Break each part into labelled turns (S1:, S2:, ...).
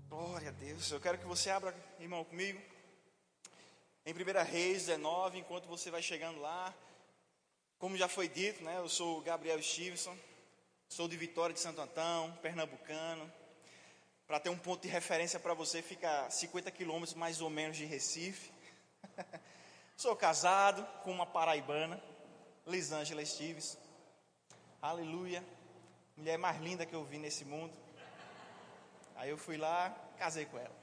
S1: Glória a Deus. Eu quero que você abra, irmão, comigo, em 1 Reis 19, enquanto você vai chegando lá. Como já foi dito, né? Eu sou o Gabriel Stevenson, sou de Vitória de Santo Antão, pernambucano. Para ter um ponto de referência para você, fica a 50 quilômetros mais ou menos de Recife. Sou casado com uma paraibana, Lisângela Stevenson. Aleluia. Mulher mais linda que eu vi nesse mundo. Aí eu fui lá, casei com ela.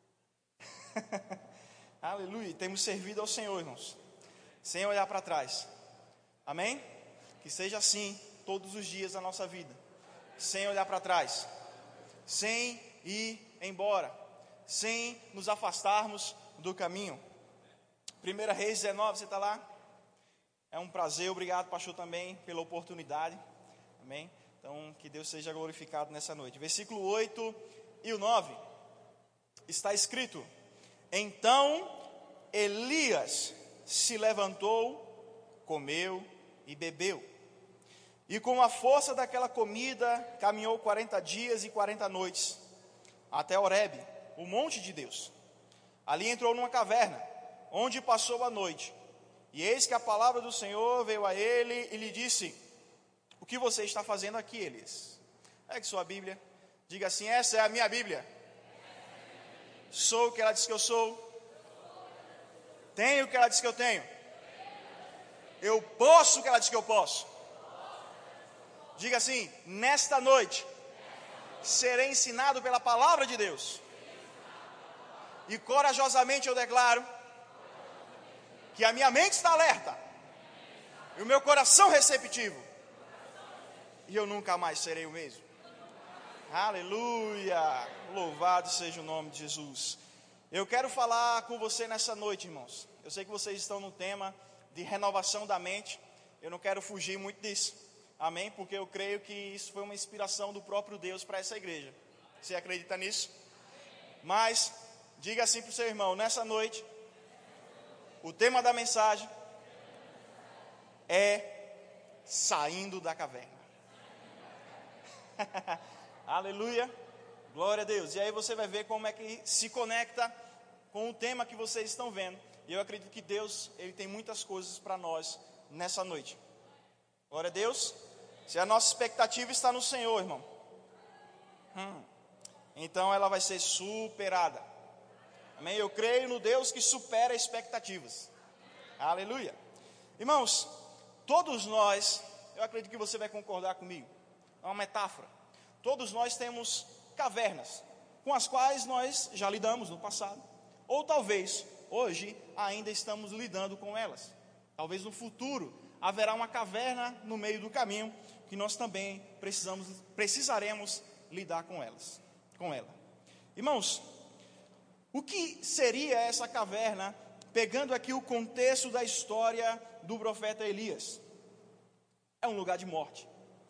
S1: Aleluia. E temos servido ao Senhor, irmãos, sem olhar para trás. Amém? Que seja assim todos os dias da nossa vida, sem olhar para trás, sem ir embora, sem nos afastarmos do caminho. 1 Reis 19, você está lá? É um prazer, obrigado, pastor, também pela oportunidade. Amém? Então, que Deus seja glorificado nessa noite. Versículo 8 e o 9, está escrito: Então Elias se levantou, comeu e bebeu, e com a força daquela comida caminhou 40 dias e 40 noites, até Horebe, o monte de Deus. Ali entrou numa caverna, onde passou a noite. E eis que a palavra do Senhor veio a ele e lhe disse: O que você está fazendo aqui, Elias? Pegue sua Bíblia, diga assim: essa é a minha Bíblia. Sou o que ela diz que eu sou. Tenho o que ela diz que eu tenho. Eu posso o que ela diz que eu posso. Diga assim: nesta noite serei ensinado pela palavra de Deus. E corajosamente eu declaro que a minha mente está alerta e o meu coração receptivo, e eu nunca mais serei o mesmo. Aleluia, louvado seja o nome de Jesus. Eu quero falar com você nessa noite, irmãos. Eu sei que vocês estão no tema de renovação da mente. Eu não quero fugir muito disso, amém? Porque eu creio que isso foi uma inspiração do próprio Deus para essa igreja. Você acredita nisso? Mas diga assim para o seu irmão: nessa noite, o tema da mensagem é saindo da caverna. Aleluia, glória a Deus. E aí você vai ver como é que se conecta com o tema que vocês estão vendo. E eu acredito que Deus, Ele tem muitas coisas para nós nessa noite. Glória a Deus. Se a nossa expectativa está no Senhor, irmão, então ela vai ser superada. Amém? Eu creio no Deus que supera expectativas. Aleluia. Irmãos, todos nós, eu acredito que você vai concordar comigo, é uma metáfora. Todos nós temos cavernas com as quais nós já lidamos no passado, ou talvez hoje ainda estamos lidando com elas. Talvez no futuro haverá uma caverna no meio do caminho que nós também precisaremos lidar com ela. Irmãos, o que seria essa caverna, pegando aqui o contexto da história do profeta Elias? É um lugar de morte.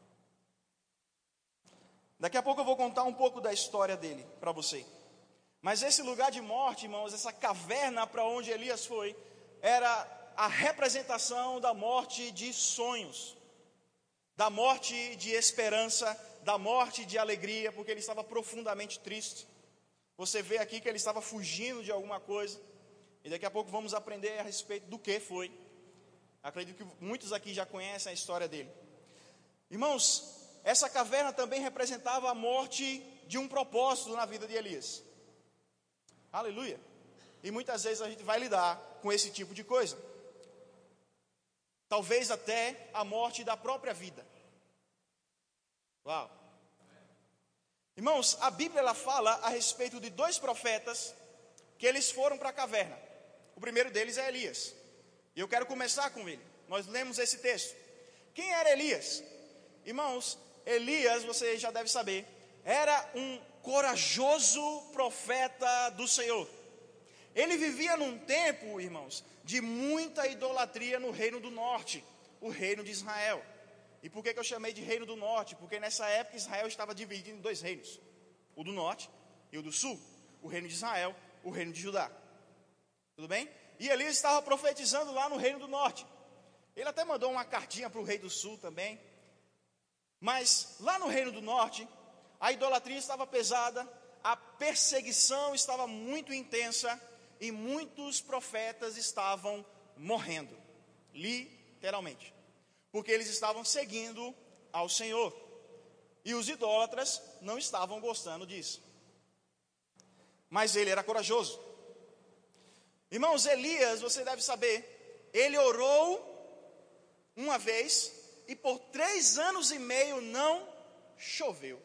S1: Daqui a pouco eu vou contar um pouco da história dele para você. Mas esse lugar de morte, irmãos, essa caverna para onde Elias foi, era a representação da morte de sonhos, da morte de esperança, da morte de alegria, porque ele estava profundamente triste. Você vê aqui que ele estava fugindo de alguma coisa, e daqui a pouco vamos aprender a respeito do que foi. Acredito que muitos aqui já conhecem a história dele. Irmãos, essa caverna também representava a morte de um propósito na vida de Elias. Aleluia. E muitas vezes a gente vai lidar com esse tipo de coisa. Talvez até a morte da própria vida. Uau. Irmãos, a Bíblia ela fala a respeito de dois profetas que eles foram para a caverna. O primeiro deles é Elias. E eu quero começar com ele. Nós lemos esse texto. Quem era Elias? Irmãos, Elias, você já deve saber, era um corajoso profeta do Senhor. Ele vivia num tempo, irmãos, de muita idolatria no reino do norte, o reino de Israel. E por que eu chamei de reino do norte? Porque nessa época Israel estava dividido em dois reinos, o do norte e o do sul. O reino de Israel, o reino de Judá. Tudo bem? E Elias estava profetizando lá no reino do norte. Ele até mandou uma cartinha para o rei do sul também. Mas lá no reino do norte, a idolatria estava pesada, a perseguição estava muito intensa e muitos profetas estavam morrendo, literalmente, porque eles estavam seguindo ao Senhor, e os idólatras não estavam gostando disso. Mas ele era corajoso. Irmãos, Elias, você deve saber, ele orou uma vez e por 3 anos e meio não choveu.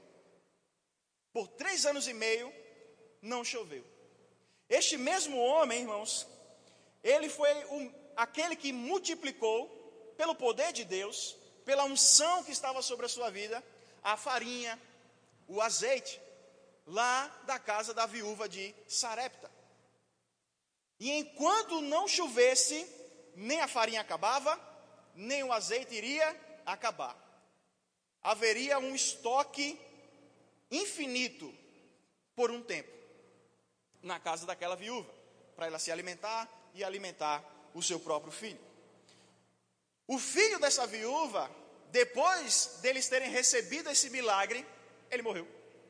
S1: Por 3 anos e meio não choveu. Este mesmo homem, irmãos, ele foi aquele que multiplicou, pelo poder de Deus, pela unção que estava sobre a sua vida, a farinha, o azeite, lá da casa da viúva de Sarepta. E enquanto não chovesse, nem a farinha acabava, nem o azeite iria acabar. Haveria um estoque infinito por um tempo na casa daquela viúva, para ela se alimentar e alimentar o seu próprio filho. O filho dessa viúva, depois deles terem recebido esse milagre, ele morreu.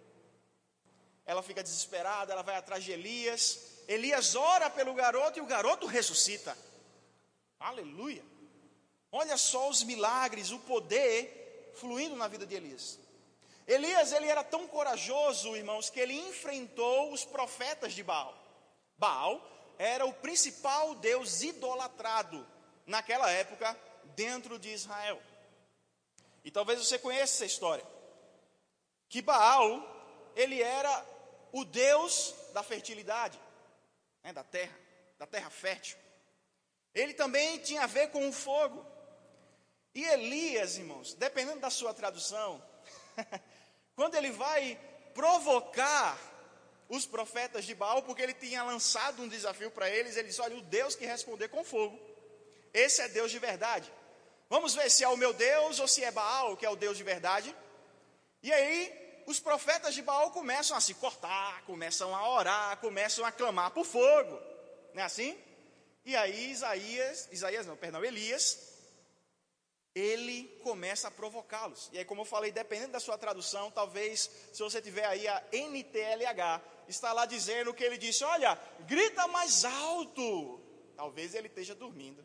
S1: Ela fica desesperada, ela vai atrás de Elias. Elias ora pelo garoto e o garoto ressuscita. Aleluia! Olha só os milagres, o poder fluindo na vida de Elias. Elias, ele era tão corajoso, irmãos, que ele enfrentou os profetas de Baal. Baal era o principal deus idolatrado naquela época dentro de Israel. E talvez você conheça essa história. Que Baal, ele era o deus da fertilidade, né, da terra fértil. Ele também tinha a ver com o fogo. E Elias, irmãos, dependendo da sua tradução, quando ele vai provocar os profetas de Baal, porque ele tinha lançado um desafio para eles, ele diz: olha, o Deus que responder com fogo, esse é Deus de verdade. Vamos ver se é o meu Deus ou se é Baal que é o Deus de verdade. E aí, os profetas de Baal começam a se cortar, começam a orar, começam a clamar por fogo. Não é assim? E aí Elias, ele começa a provocá-los. E aí, como eu falei, dependendo da sua tradução, talvez, se você tiver aí a NTLH, está lá dizendo que ele disse: olha, grita mais alto. Talvez ele esteja dormindo.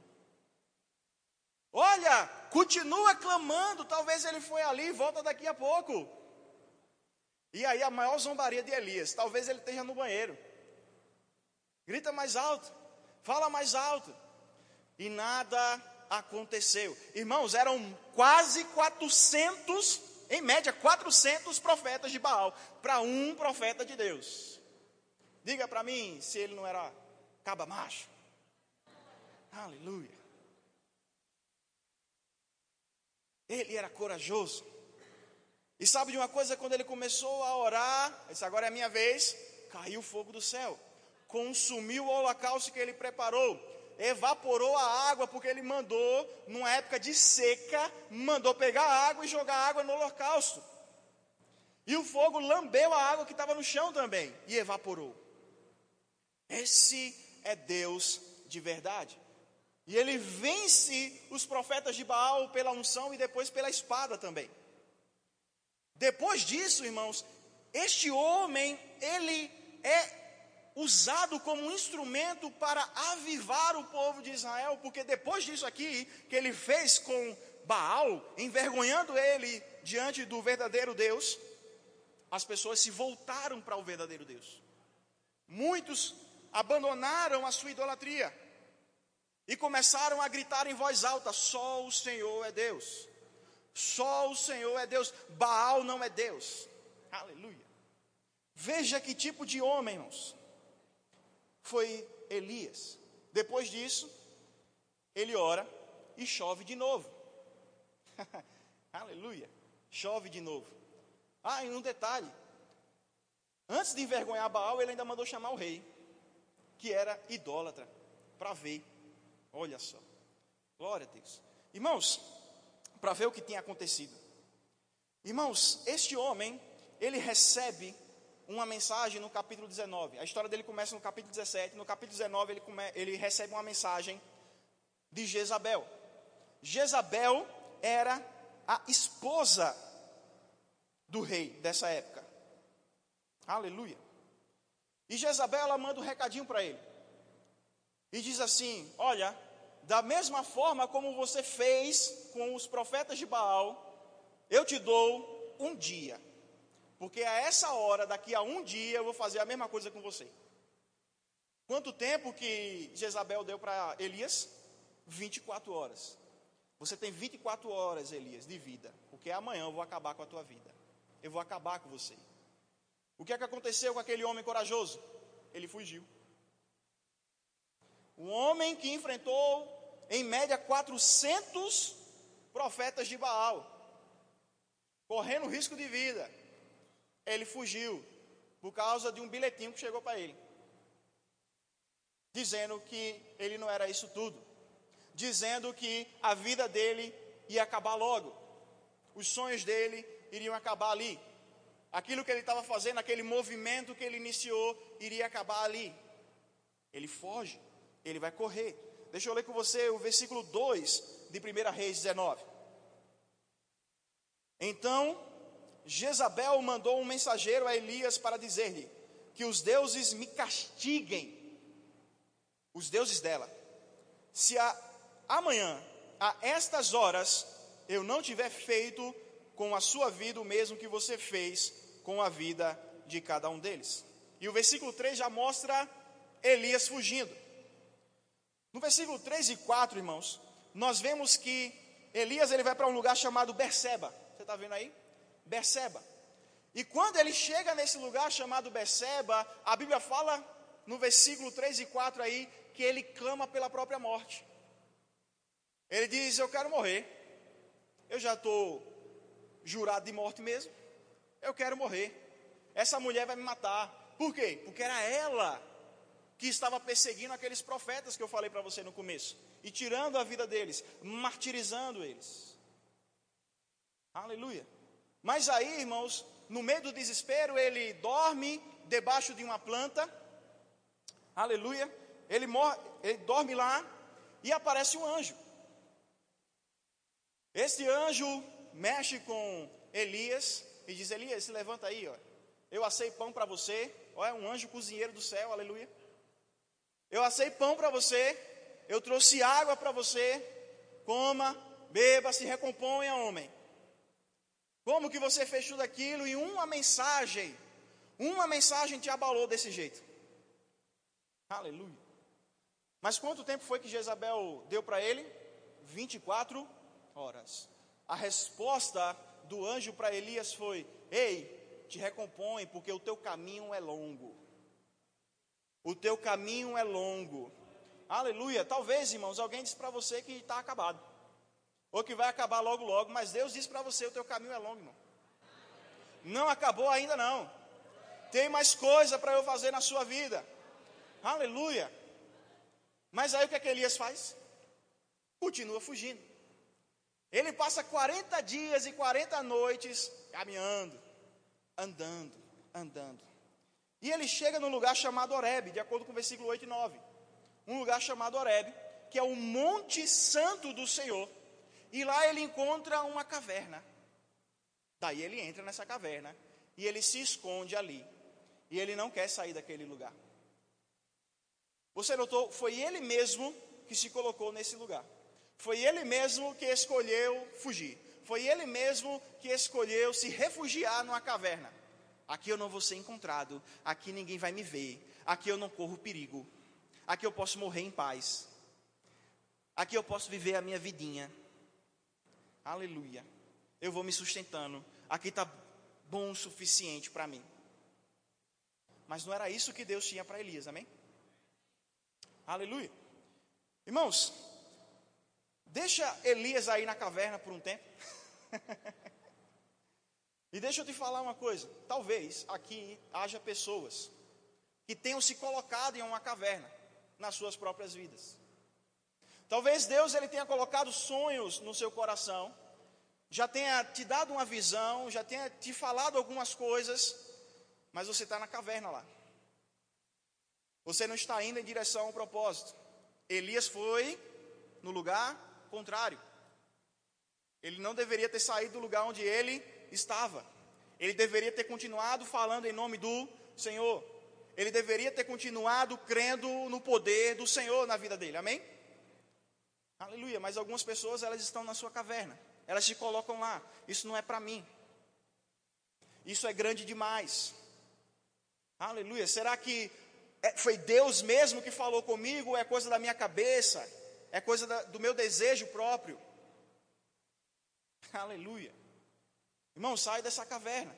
S1: Olha, continua clamando, talvez ele foi ali e volta daqui a pouco. E aí a maior zombaria de Elias, talvez ele esteja no banheiro. Grita mais alto, fala mais alto. E nada aconteceu. Irmãos, eram quase 400, em média 400 profetas de Baal para um profeta de Deus. Diga para mim se ele não era caba macho. Aleluia. Ele era corajoso. E sabe de uma coisa? Quando ele começou a orar, ele disse: agora é a minha vez. Caiu fogo do céu, consumiu o holocausto que ele preparou, evaporou a água, porque ele mandou, numa época de seca, mandou pegar a água e jogar água no holocausto. E o fogo lambeu a água que estava no chão também, e evaporou. Esse é Deus de verdade. E ele vence os profetas de Baal pela unção e depois pela espada também. Depois disso, irmãos, este homem, ele é usado como um instrumento para avivar o povo de Israel, porque depois disso aqui, que ele fez com Baal, envergonhando ele diante do verdadeiro Deus, as pessoas se voltaram para o verdadeiro Deus. Muitos abandonaram a sua idolatria e começaram a gritar em voz alta: só o Senhor é Deus. Só o Senhor é Deus. Baal não é Deus. Aleluia. Veja que tipo de homem, irmãos, foi Elias. Depois disso, ele ora e chove de novo. Aleluia. Chove de novo. Ah, e um detalhe: antes de envergonhar Baal, ele ainda mandou chamar o rei, que era idólatra, para ver. Olha só. Glória a Deus. Irmãos, para ver o que tinha acontecido. Irmãos, este homem, ele recebe uma mensagem no capítulo 19. A história dele começa no capítulo 17. No capítulo 19 ele recebe uma mensagem de Jezabel. Jezabel era a esposa do rei dessa época. Aleluia. E Jezabel, ela manda um recadinho para ele. E diz assim: olha, da mesma forma como você fez com os profetas de Baal, eu te dou um dia. Porque a essa hora, daqui a um dia, eu vou fazer a mesma coisa com você. Quanto tempo que Jezabel deu para Elias? 24 horas. Você tem 24 horas, Elias, de vida. Porque amanhã eu vou acabar com a tua vida. Eu vou acabar com você. O que é que aconteceu com aquele homem corajoso? Ele fugiu. Um homem que enfrentou, em média, 400 profetas de Baal, correndo risco de vida. Ele fugiu por causa de um bilhetinho que chegou para ele, dizendo que ele não era isso tudo, dizendo que a vida dele ia acabar logo, os sonhos dele iriam acabar ali, aquilo que ele estava fazendo, aquele movimento que ele iniciou, iria acabar ali. Ele foge, ele vai correr. Deixa eu ler com você o versículo 2 de 1 Reis 19. Então Jezabel mandou um mensageiro a Elias para dizer-lhe que os deuses me castiguem, os deuses dela, se amanhã, a estas horas, eu não tiver feito com a sua vida o mesmo que você fez com a vida de cada um deles. E o versículo 3 já mostra Elias fugindo. No versículo 3 e 4, irmãos, nós vemos que Elias ele vai para um lugar chamado Berseba. Você está vendo aí? Berseba. E quando ele chega nesse lugar chamado Berseba, a Bíblia fala no versículo 3 e 4 aí, que ele clama pela própria morte. Ele diz: eu quero morrer, eu já estou jurado de morte mesmo, eu quero morrer, essa mulher vai me matar. Por quê? Porque era ela que estava perseguindo aqueles profetas que eu falei para você no começo, e tirando a vida deles, martirizando eles. Aleluia. Mas aí, irmãos, no meio do desespero, ele dorme debaixo de uma planta. Aleluia. Ele dorme lá e aparece um anjo. Esse anjo mexe com Elias e diz: Elias, se levanta aí, ó. Eu assei pão para você. Olha, um anjo cozinheiro do céu, aleluia. Eu assei pão para você, eu trouxe água para você. Coma, beba, se recomponha, homem. Como que você fez tudo aquilo e uma mensagem te abalou desse jeito? Aleluia. Mas quanto tempo foi que Jezabel deu para ele? 24 horas. A resposta do anjo para Elias foi: ei, te recompõe, porque o teu caminho é longo. O teu caminho é longo. Aleluia. Talvez, irmãos, alguém disse para você que está acabado, ou que vai acabar logo logo, mas Deus diz para você: o teu caminho é longo, irmão. Não acabou ainda não. Tem mais coisa para eu fazer na sua vida. Aleluia. Mas aí o que é que Elias faz? Continua fugindo. Ele passa 40 dias e 40 noites caminhando, andando. E ele chega num lugar chamado Horebe, de acordo com o versículo 8 e 9. Um lugar chamado Horebe, que é o Monte Santo do Senhor. E lá ele encontra uma caverna. Daí ele entra nessa caverna e ele se esconde ali. E ele não quer sair daquele lugar. Você notou? Foi ele mesmo que se colocou nesse lugar. Foi ele mesmo que escolheu fugir. Foi ele mesmo que escolheu se refugiar numa caverna. Aqui eu não vou ser encontrado. Aqui ninguém vai me ver. Aqui eu não corro perigo. Aqui eu posso morrer em paz. Aqui eu posso viver a minha vidinha. Aleluia. Eu vou me sustentando. Aqui está bom o suficiente para mim. Mas não era isso que Deus tinha para Elias, amém? Aleluia. Irmãos, deixa Elias aí na caverna por um tempo. E deixa eu te falar uma coisa. Talvez aqui haja pessoas que tenham se colocado em uma caverna nas suas próprias vidas. Talvez Deus ele tenha colocado sonhos no seu coração, já tenha te dado uma visão, já tenha te falado algumas coisas, mas você está na caverna lá. Você não está indo em direção ao propósito. Elias foi no lugar contrário. Ele não deveria ter saído do lugar onde ele estava. Ele deveria ter continuado falando em nome do Senhor. ele deveria ter continuado crendo no poder do Senhor na vida dele, amém? Aleluia, mas algumas pessoas, elas estão na sua caverna, elas se colocam lá, isso não é para mim, isso é grande demais, aleluia, será que foi Deus mesmo que falou comigo, ou é coisa da minha cabeça, é coisa do meu desejo próprio? Aleluia, irmão, sai dessa caverna.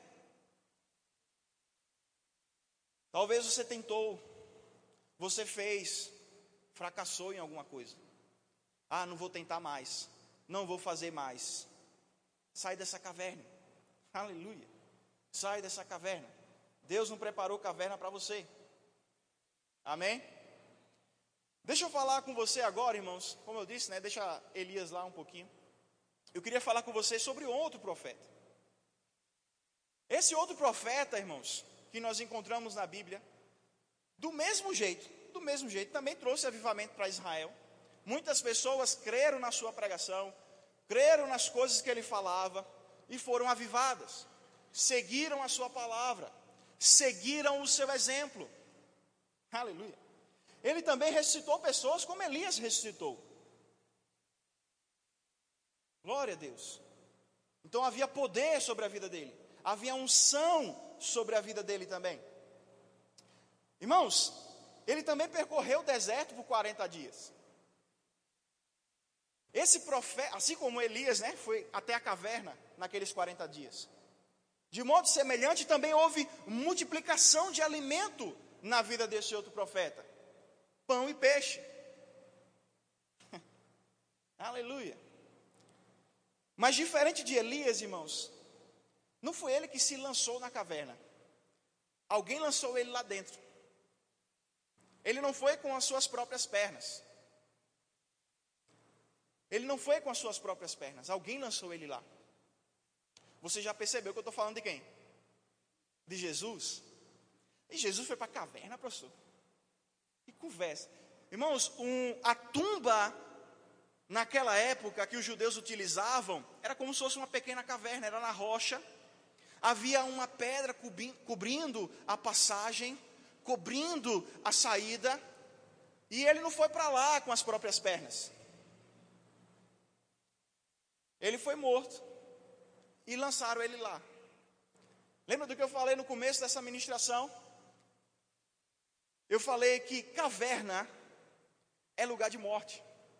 S1: Talvez você tentou, você fez, fracassou em alguma coisa. Ah, não vou tentar mais, não vou fazer mais. Sai dessa caverna, aleluia, sai dessa caverna. Deus não preparou caverna para você, amém? Deixa eu falar com você agora, irmãos, como eu disse, né? Deixa Elias lá um pouquinho. Eu queria falar com você sobre outro profeta. Esse outro profeta, irmãos, que nós encontramos na Bíblia, do mesmo jeito, também trouxe avivamento para Israel. Muitas pessoas creram na sua pregação, creram nas coisas que ele falava e foram avivadas, seguiram a sua palavra, seguiram o seu exemplo, aleluia. Ele também ressuscitou pessoas como Elias ressuscitou, glória a Deus. Então havia poder sobre a vida dele, havia unção sobre a vida dele também. Irmãos, ele também percorreu o deserto por 40 dias. Esse profeta, assim como Elias, né, foi até a caverna naqueles 40 dias. De modo semelhante, também houve multiplicação de alimento na vida desse outro profeta. Pão e peixe. Aleluia. Mas diferente de Elias, irmãos, não foi ele que se lançou na caverna. Alguém lançou ele lá dentro. Ele não foi com as suas próprias pernas. Ele não foi com as suas próprias pernas. Alguém lançou ele lá. Você já percebeu que eu estou falando de quem? De Jesus. E Jesus foi para a caverna, professor. Que conversa. Irmãos, a tumba naquela época que os judeus utilizavam era como se fosse uma pequena caverna, era na rocha. Havia uma pedra cobrindo a passagem, cobrindo a saída, e ele não foi para lá com as próprias pernas. Ele foi morto e lançaram ele lá. Lembra do que eu falei no começo dessa ministração? Eu falei que caverna é lugar de morte.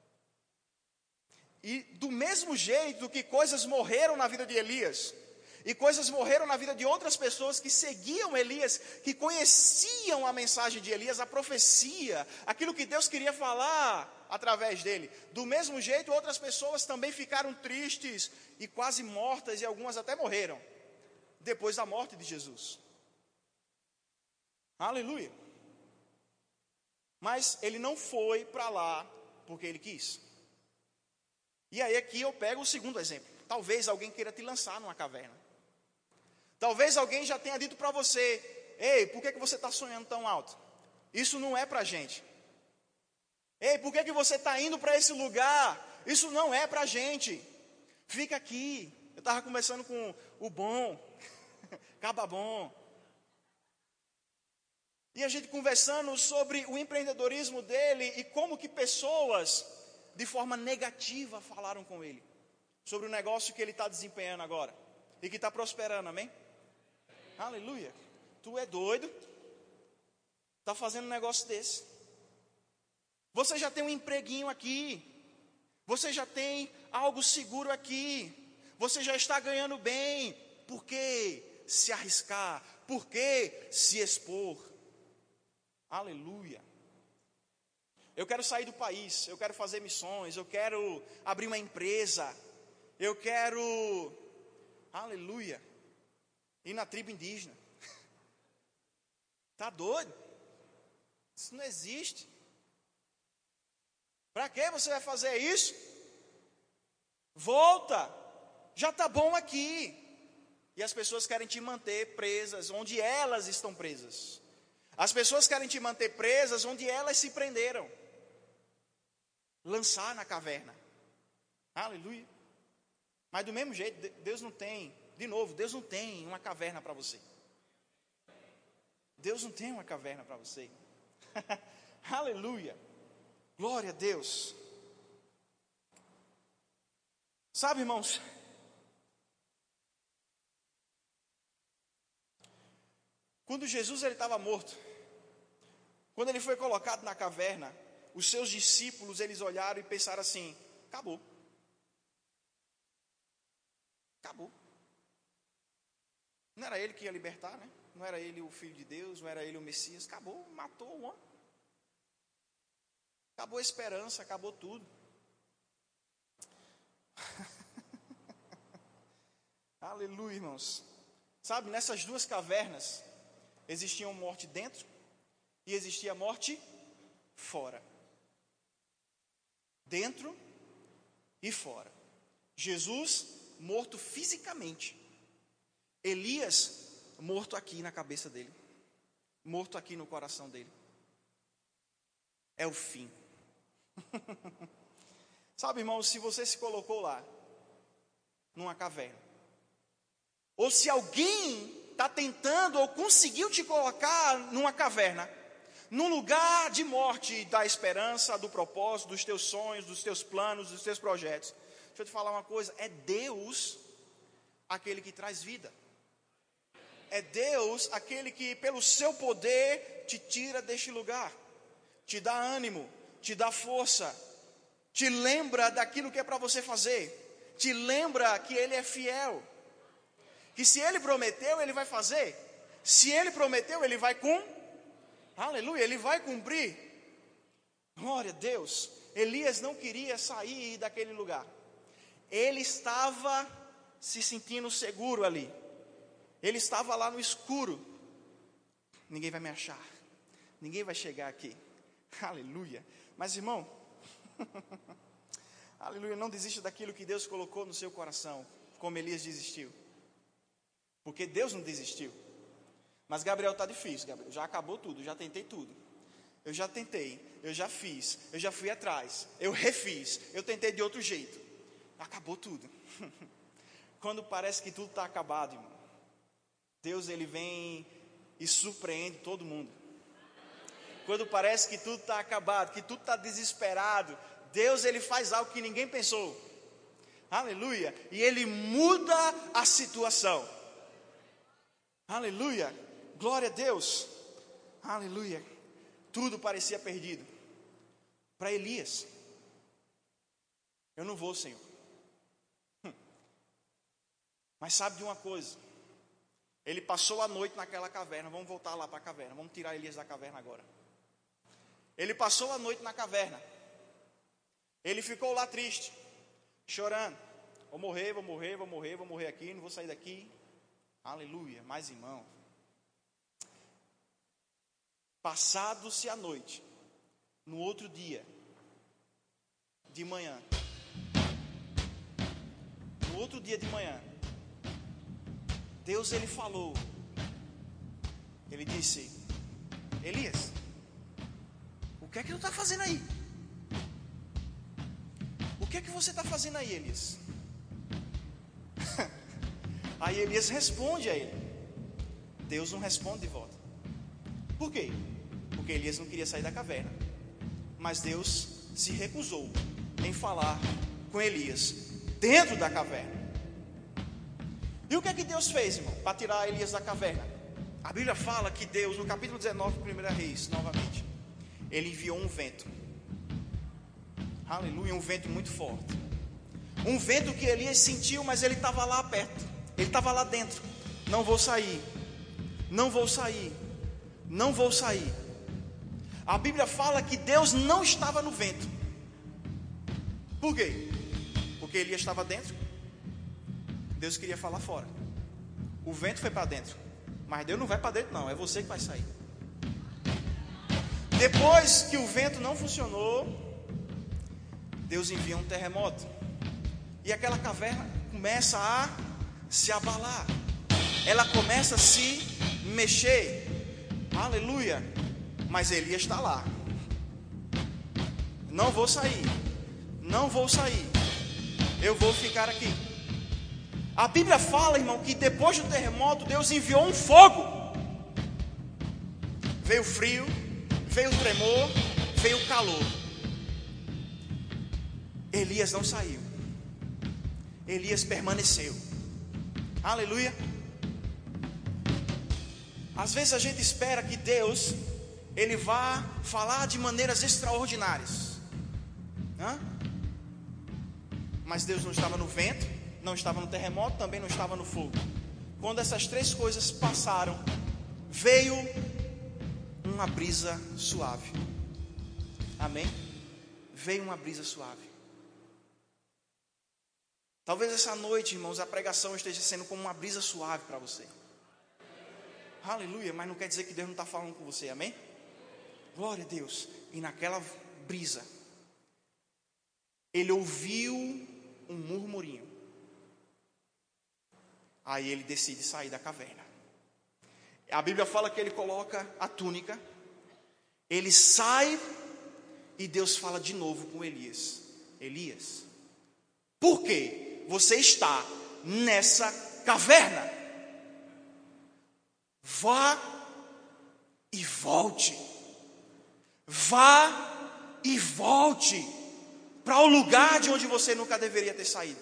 S1: E do mesmo jeito que coisas morreram na vida de Elias, e coisas morreram na vida de outras pessoas que seguiam Elias, que conheciam a mensagem de Elias, a profecia, aquilo que Deus queria falar através dele. Do mesmo jeito, outras pessoas também ficaram tristes e quase mortas, e algumas até morreram, depois da morte de Jesus. Aleluia. Mas ele não foi para lá porque ele quis. E aí aqui eu pego o segundo exemplo. Talvez alguém queira te lançar numa caverna. Talvez alguém já tenha dito para você: ei, por que você está sonhando tão alto? Isso não é para a gente. Ei, por que você está indo para esse lugar? Isso não é para a gente. Fica aqui. Eu estava conversando com o bom, Caba Bom. E a gente conversando sobre o empreendedorismo dele e como que pessoas, de forma negativa, falaram com ele sobre o negócio que ele está desempenhando agora e que está prosperando, amém? Aleluia. Tu é doido? Está fazendo um negócio desse? Você já tem um empreguinho aqui, você já tem algo seguro aqui, você já está ganhando bem. Por que se arriscar? Por que se expor? Aleluia. Eu quero sair do país, eu quero fazer missões, eu quero abrir uma empresa, eu quero, aleluia, ir na tribo indígena. Tá doido? Isso não existe. Para que você vai fazer isso? Volta, já tá bom aqui. E as pessoas querem te manter presas onde elas estão presas. As pessoas querem te manter presas onde elas se prenderam. Lançar na caverna. Aleluia. Mas do mesmo jeito, Deus não tem, de novo, Deus não tem uma caverna para você. Deus não tem uma caverna para você. Aleluia. Glória a Deus. Sabe, irmãos, quando Jesus estava morto, quando ele foi colocado na caverna, os seus discípulos, eles olharam e pensaram assim: acabou. Acabou. Não era ele que ia libertar, né? Não era ele o Filho de Deus, não era ele o Messias. Acabou, matou o homem. Acabou a esperança, acabou tudo. Aleluia, irmãos. Sabe, nessas duas cavernas existia morte dentro e existia morte fora. Dentro e fora. Jesus morto fisicamente. Elias morto aqui na cabeça dele. Morto aqui no coração dele. É o fim. Sabe, irmãos, se você se colocou lá, numa caverna, ou se alguém está tentando ou conseguiu te colocar numa caverna, num lugar de morte da esperança, do propósito, dos teus sonhos, dos teus planos, dos teus projetos, deixa eu te falar uma coisa: é Deus aquele que traz vida. É Deus aquele que, pelo seu poder, te tira deste lugar, te dá ânimo, te dá força, te lembra daquilo que é para você fazer, te lembra que Ele é fiel, que se Ele prometeu, Ele vai fazer, se Ele prometeu, Ele vai aleluia, Ele vai cumprir. Glória a Deus. Elias não queria sair daquele lugar, ele estava se sentindo seguro ali, ele estava lá no escuro. Ninguém vai me achar, ninguém vai chegar aqui, aleluia. Mas, irmão, aleluia, não desista daquilo que Deus colocou no seu coração, como Elias desistiu, porque Deus não desistiu. Mas, Gabriel, está difícil, Gabriel, já acabou tudo, já tentei tudo, eu já tentei, eu já fiz, eu já fui atrás, eu refiz, eu tentei de outro jeito, acabou tudo. Quando parece que tudo está acabado, irmão, Deus, Ele vem e surpreende todo mundo. Quando parece que tudo está acabado, que tudo está desesperado, Deus, Ele faz algo que ninguém pensou, aleluia, e Ele muda a situação, aleluia, glória a Deus, aleluia. Tudo parecia perdido para Elias. Eu não vou, Senhor. Mas sabe de uma coisa? Ele passou a noite naquela caverna. Vamos voltar lá para a caverna. Vamos tirar Elias da caverna agora. Ele passou a noite na caverna. Ele ficou lá triste, chorando. Vou morrer aqui, não vou sair daqui. Aleluia. Mas, irmão, passado-se a noite, no outro dia, de manhã, Deus, Ele falou, Ele disse: Elias, o que é que tu está fazendo aí? O que é que você está fazendo aí, Elias? Aí Elias responde a ele. Deus não responde de volta. Por quê? Porque Elias não queria sair da caverna, mas Deus se recusou em falar com Elias dentro da caverna. E o que é que Deus fez, irmão, para tirar Elias da caverna? A Bíblia fala que Deus, no capítulo 19 de 1 Reis, novamente, Ele enviou um vento, aleluia, um vento muito forte, um vento que Elias sentiu, mas ele estava lá perto, ele estava lá dentro. Não vou sair, não vou sair, não vou sair. A Bíblia fala que Deus não estava no vento. Por quê? Porque Elias estava dentro. Deus queria falar fora. O vento foi para dentro, mas Deus não vai para dentro não, é você que vai sair. Depois que o vento não funcionou, Deus envia um terremoto, e aquela caverna começa a se abalar, ela começa a se mexer, aleluia. Mas Elias está lá. Não vou sair, não vou sair, eu vou ficar aqui. A Bíblia fala, irmão, que depois do terremoto Deus enviou um fogo. veio frio, veio tremor, veio calor. Elias não saiu. Elias permaneceu. Aleluia. Às vezes a gente espera que Deus, Ele vá falar de maneiras extraordinárias. Mas Deus não estava no vento, não estava no terremoto, também não estava no fogo. Quando essas três coisas passaram, veio uma brisa suave. Amém? Veio uma brisa suave. Talvez essa noite, irmãos, a pregação esteja sendo como uma brisa suave para você. Aleluia, mas não quer dizer que Deus não está falando com você, amém? Glória a Deus. E naquela brisa, ele ouviu um murmurinho. Aí ele decide sair da caverna. A Bíblia fala que ele coloca a túnica, ele sai e Deus fala de novo com Elias. Elias, por que você está nessa caverna? Vá e volte. Vá e volte para o lugar de onde você nunca deveria ter saído.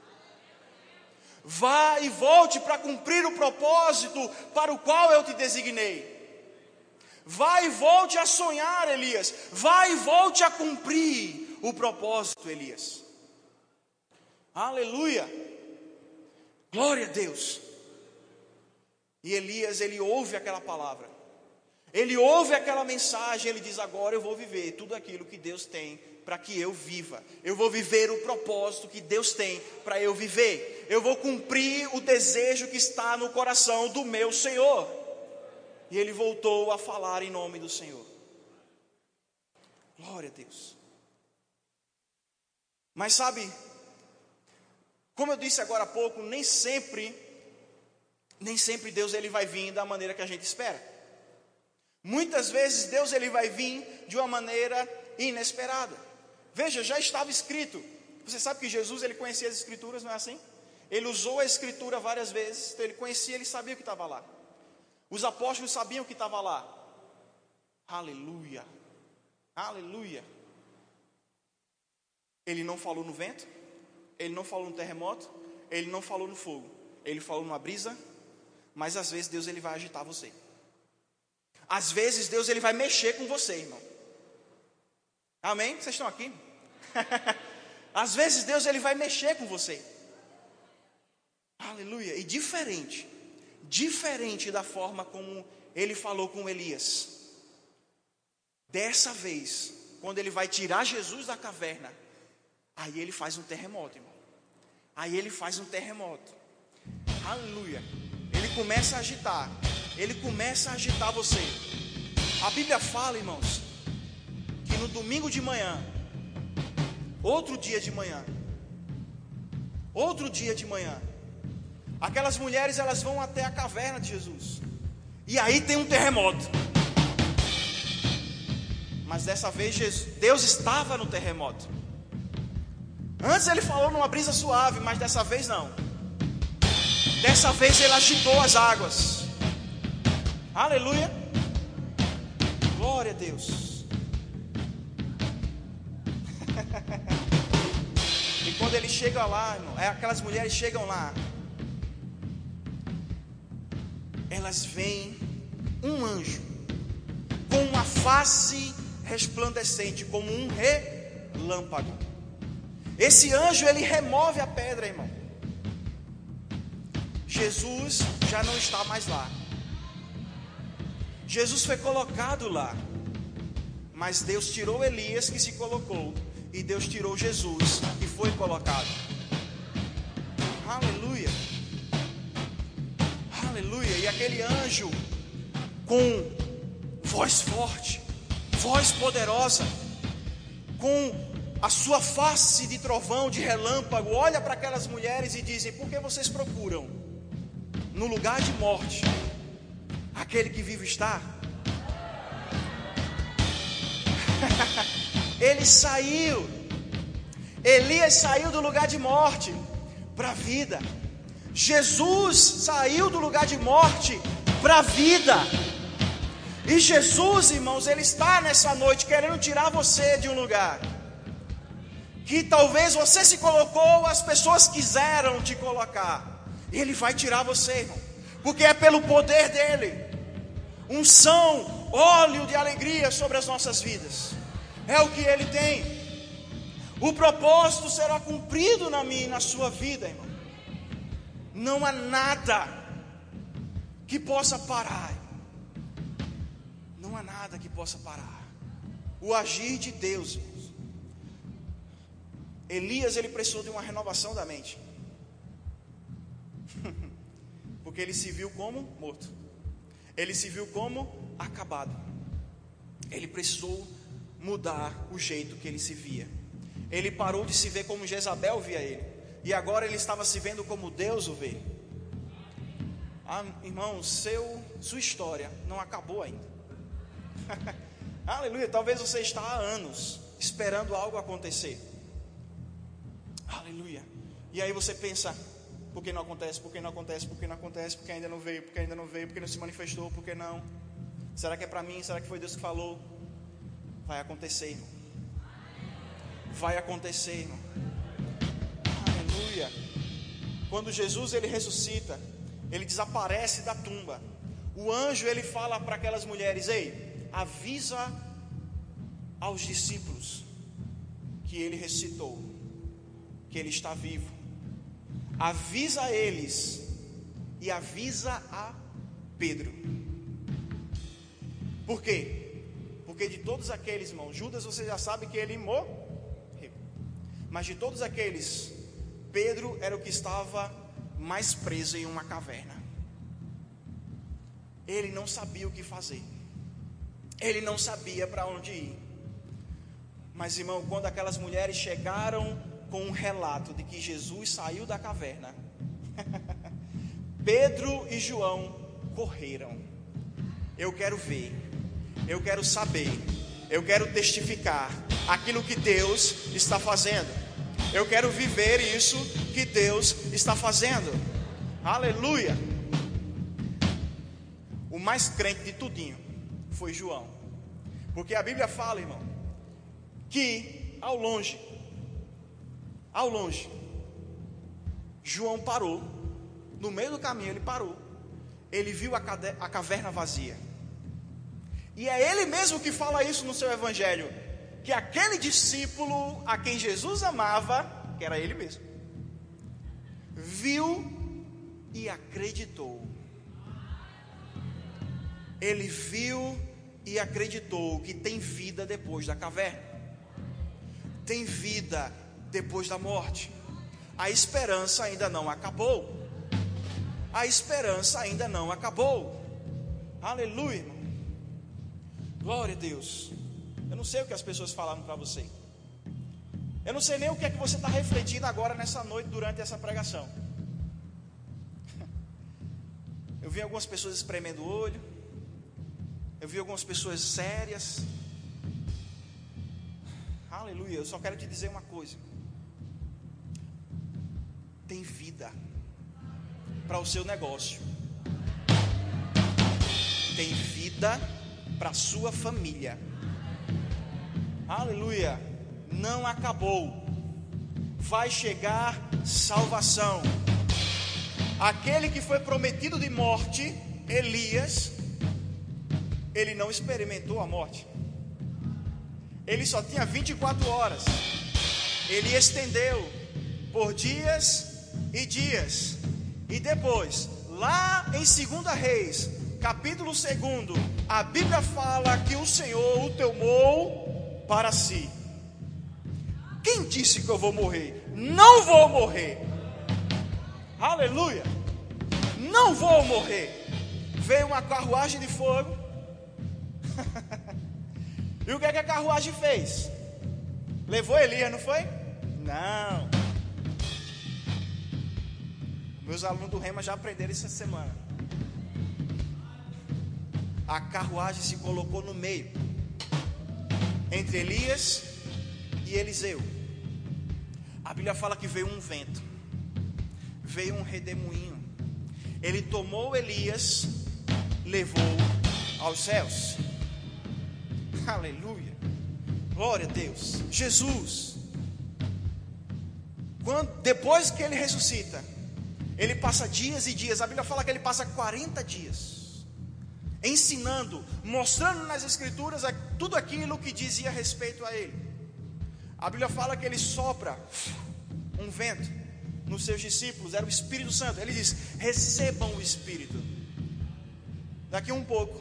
S1: Vá e volte para cumprir o propósito para o qual eu te designei. Vá e volte a sonhar, Elias. Vá e volte a cumprir o propósito, Elias. Aleluia. Glória a Deus. E Elias, ele ouve aquela palavra. Ele ouve aquela mensagem. Ele diz: agora eu vou viver tudo aquilo que Deus tem para que eu viva. Eu vou viver o propósito que Deus tem para eu viver. Eu vou cumprir o desejo que está no coração do meu Senhor. E ele voltou a falar em nome do Senhor. Glória a Deus. Mas sabe, como eu disse agora há pouco, nem sempre Deus ele vai vir da maneira que a gente espera. Muitas vezes Deus ele vai vir de uma maneira inesperada. Veja, já estava escrito. Você sabe que Jesus ele conhecia as escrituras, não é assim? Ele usou a escritura várias vezes. Então ele conhecia, ele sabia o que estava lá. Os apóstolos sabiam o que estava lá. Aleluia. Aleluia. Ele não falou no vento, ele não falou no terremoto, ele não falou no fogo. Ele falou numa brisa, mas às vezes Deus ele vai agitar você. Às vezes Deus ele vai mexer com você, irmão. Amém? Vocês estão aqui? Às vezes Deus ele vai mexer com você. Aleluia. E diferente da forma como ele falou com Elias. Dessa vez, quando ele vai tirar Jesus da caverna, aí ele faz um terremoto, irmão. Aí ele faz um terremoto. Aleluia. Ele começa a agitar. Ele começa a agitar você. A Bíblia fala, irmãos, que no domingo de manhã, outro dia de manhã, aquelas mulheres elas vão até a caverna de Jesus. E aí tem um terremoto. Mas dessa vez Deus estava no terremoto. Antes ele falou numa brisa suave, mas dessa vez não. Dessa vez ele agitou as águas. Aleluia. Glória a Deus. E quando ele chega lá, irmão, aquelas mulheres chegam lá, elas veem um anjo com uma face resplandecente como um relâmpago. Esse anjo ele remove a pedra, irmão. Jesus já não está mais lá. Jesus foi colocado lá, mas Deus tirou Elias que se colocou, e Deus tirou Jesus que foi colocado. Aleluia. Aleluia. E aquele anjo com voz forte, voz poderosa, com a sua face de trovão, de relâmpago, olha para aquelas mulheres e dizem: por que vocês procuram no lugar de morte aquele que vivo está? Ele saiu. Elias saiu do lugar de morte para a vida. Jesus saiu do lugar de morte para a vida. E Jesus, irmãos, Ele está nessa noite querendo tirar você de um lugar que talvez você se colocou, as pessoas quiseram te colocar. Ele vai tirar você, irmão, porque é pelo poder dEle. Unção, óleo de alegria sobre as nossas vidas. É o que Ele tem. O propósito será cumprido na minha e na sua vida, irmão. Não há nada que possa parar. Não há nada que possa parar o agir de Deus, irmãos. Elias, ele precisou de uma renovação da mente, porque ele se viu como morto, ele se viu como acabado. Ele precisou mudar o jeito que ele se via. Ele parou de se ver como Jezabel via ele, e agora ele estava se vendo como Deus o vê. Irmão, sua história não acabou ainda. Aleluia. Talvez você está há anos esperando algo acontecer. Aleluia. E aí você pensa: por que não acontece? Por que não acontece? Por que não acontece? Porque ainda não veio? Porque ainda não veio? Porque não se manifestou? Por que não? Será que é para mim? Será que foi Deus que falou? Vai acontecer, irmão. Vai acontecer, irmão. Aleluia. Quando Jesus ele ressuscita, ele desaparece da tumba. O anjo ele fala para aquelas mulheres: ei, avisa aos discípulos que ele ressuscitou, que ele está vivo. Avisa eles e avisa a Pedro. Por quê? Porque de todos aqueles, irmãos, Judas você já sabe que ele morreu. Mas de todos aqueles, Pedro era o que estava mais preso em uma caverna. Ele não sabia o que fazer. Ele não sabia para onde ir. Mas, irmão, quando aquelas mulheres chegaram com um relato de que Jesus saiu da caverna, Pedro e João correram. Eu quero ver, eu quero saber, eu quero testificar aquilo que Deus está fazendo. Eu quero viver isso que Deus está fazendo. Aleluia. O mais crente de tudinho foi João, porque a Bíblia fala, irmão, que ao longe, João parou. No meio do caminho ele parou. Ele viu a caverna vazia. E é ele mesmo que fala isso no seu evangelho, que aquele discípulo a quem Jesus amava, que era ele mesmo, viu e acreditou. Ele viu e acreditou que tem vida depois da caverna, tem vida depois da morte. A esperança ainda não acabou. A esperança ainda não acabou. Aleluia, irmão. Glória a Deus. Eu não sei o que as pessoas falaram para você. Eu não sei nem o que é que você está refletindo agora nessa noite durante essa pregação. Eu vi algumas pessoas espremendo o olho. Eu vi algumas pessoas sérias. Aleluia. Eu só quero te dizer uma coisa. Tem vida para o seu negócio. Tem vida para a sua família. Aleluia. Não acabou. Vai chegar salvação. Aquele que foi prometido de morte, Elias, ele não experimentou a morte. Ele só tinha 24 horas. Ele estendeu por dias e dias. E depois, lá em 2 Reis, capítulo 2, a Bíblia fala que o Senhor o tomou para si. Quem disse que eu vou morrer? Não vou morrer. Aleluia. Não vou morrer. Veio uma carruagem de fogo. E o que é que a carruagem fez? Levou Elias, não foi? Não. Meus alunos do Rema já aprenderam isso essa semana. A carruagem se colocou no meio, entre Elias e Eliseu. A Bíblia fala que veio um vento, veio um redemoinho. Ele tomou Elias, levou aos céus. Aleluia. Glória a Deus. Jesus, depois que ele ressuscita, ele passa dias e dias. A Bíblia fala que ele passa 40 dias ensinando, mostrando nas Escrituras tudo aquilo que dizia a respeito a ele. A Bíblia fala que ele sopra um vento nos seus discípulos, era o Espírito Santo. Ele diz: recebam o Espírito. Daqui um pouco,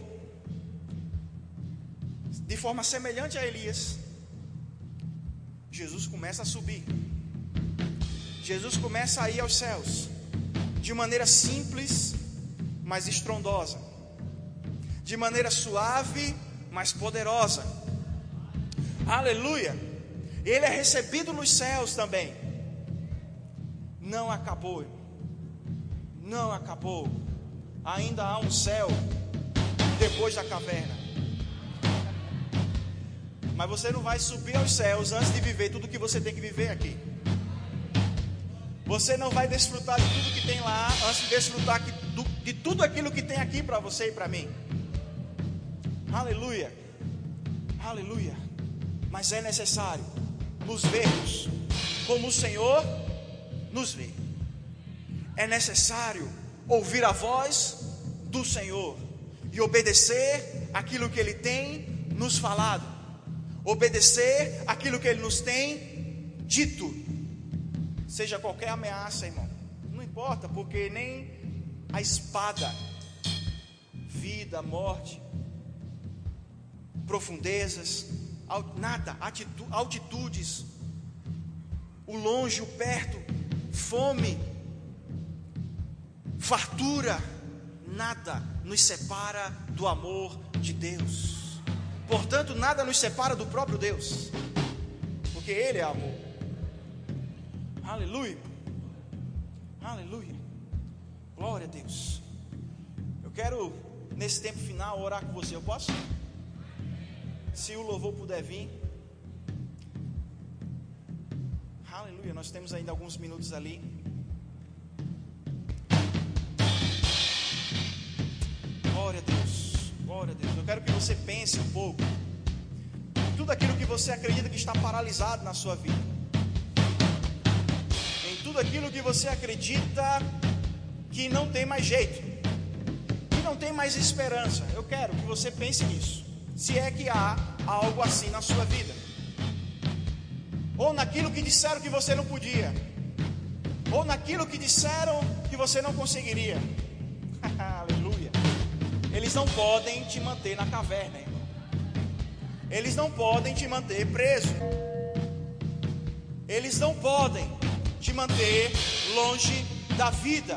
S1: de forma semelhante a Elias, Jesus começa a subir. Jesus começa a ir aos céus, de maneira simples, mas estrondosa, de maneira suave, mas poderosa. Aleluia. Ele é recebido nos céus também. Não acabou, não acabou. Ainda há um céu depois da caverna. Mas você não vai subir aos céus antes de viver tudo que você tem que viver aqui. Você não vai desfrutar de tudo que tem lá antes de desfrutar de tudo aquilo que tem aqui para você e para mim. Aleluia. Aleluia. Mas é necessário nos vermos como o Senhor nos vê. É necessário ouvir a voz do Senhor e obedecer aquilo que Ele tem nos falado, obedecer aquilo que Ele nos tem dito, seja qualquer ameaça, irmão, não importa, porque nem a espada, vida, morte, profundezas, nada, altitudes, o longe, o perto, fome, fartura, nada nos separa do amor de Deus. Portanto, nada nos separa do próprio Deus, porque Ele é amor. Aleluia. Aleluia. Glória a Deus. Eu quero, nesse tempo final, orar com você. Eu posso? Se o louvor puder vir. Aleluia. Nós temos ainda alguns minutos ali. Glória a Deus. Glória a Deus. Eu quero que você pense um pouco em tudo aquilo que você acredita que está paralisado na sua vida, em tudo aquilo que você acredita que não tem mais jeito, que não tem mais esperança. Eu quero que você pense nisso, se é que há algo assim na sua vida, ou naquilo que disseram que você não podia, ou naquilo que disseram que você não conseguiria. Aleluia. Eles não podem te manter na caverna, irmão. Eles não podem te manter preso. Eles não podem te manter longe da vida.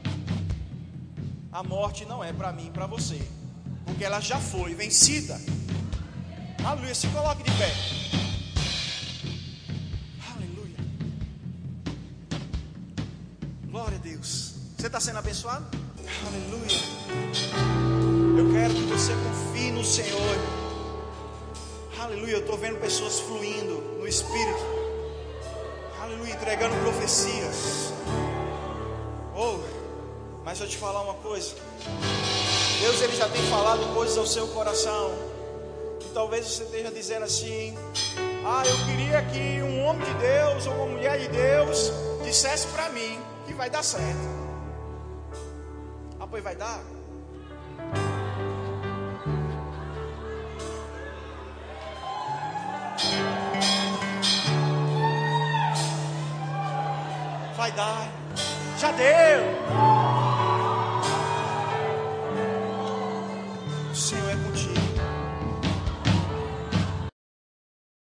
S1: A morte não é para mim e para você, porque ela já foi vencida. Aleluia. Se coloque de pé. Aleluia. Glória a Deus. Você está sendo abençoado? Aleluia. Eu quero que você confie no Senhor. Aleluia. Eu estou vendo pessoas fluindo no Espírito. Aleluia. Entregando profecias. Oh, mas deixa eu te falar uma coisa. Deus, Ele já tem falado coisas ao seu coração. E talvez você esteja dizendo assim: eu queria que um homem de Deus ou uma mulher de Deus dissesse para mim que vai dar certo. Pois vai dar. Vai dar. Já deu. O Senhor é contigo.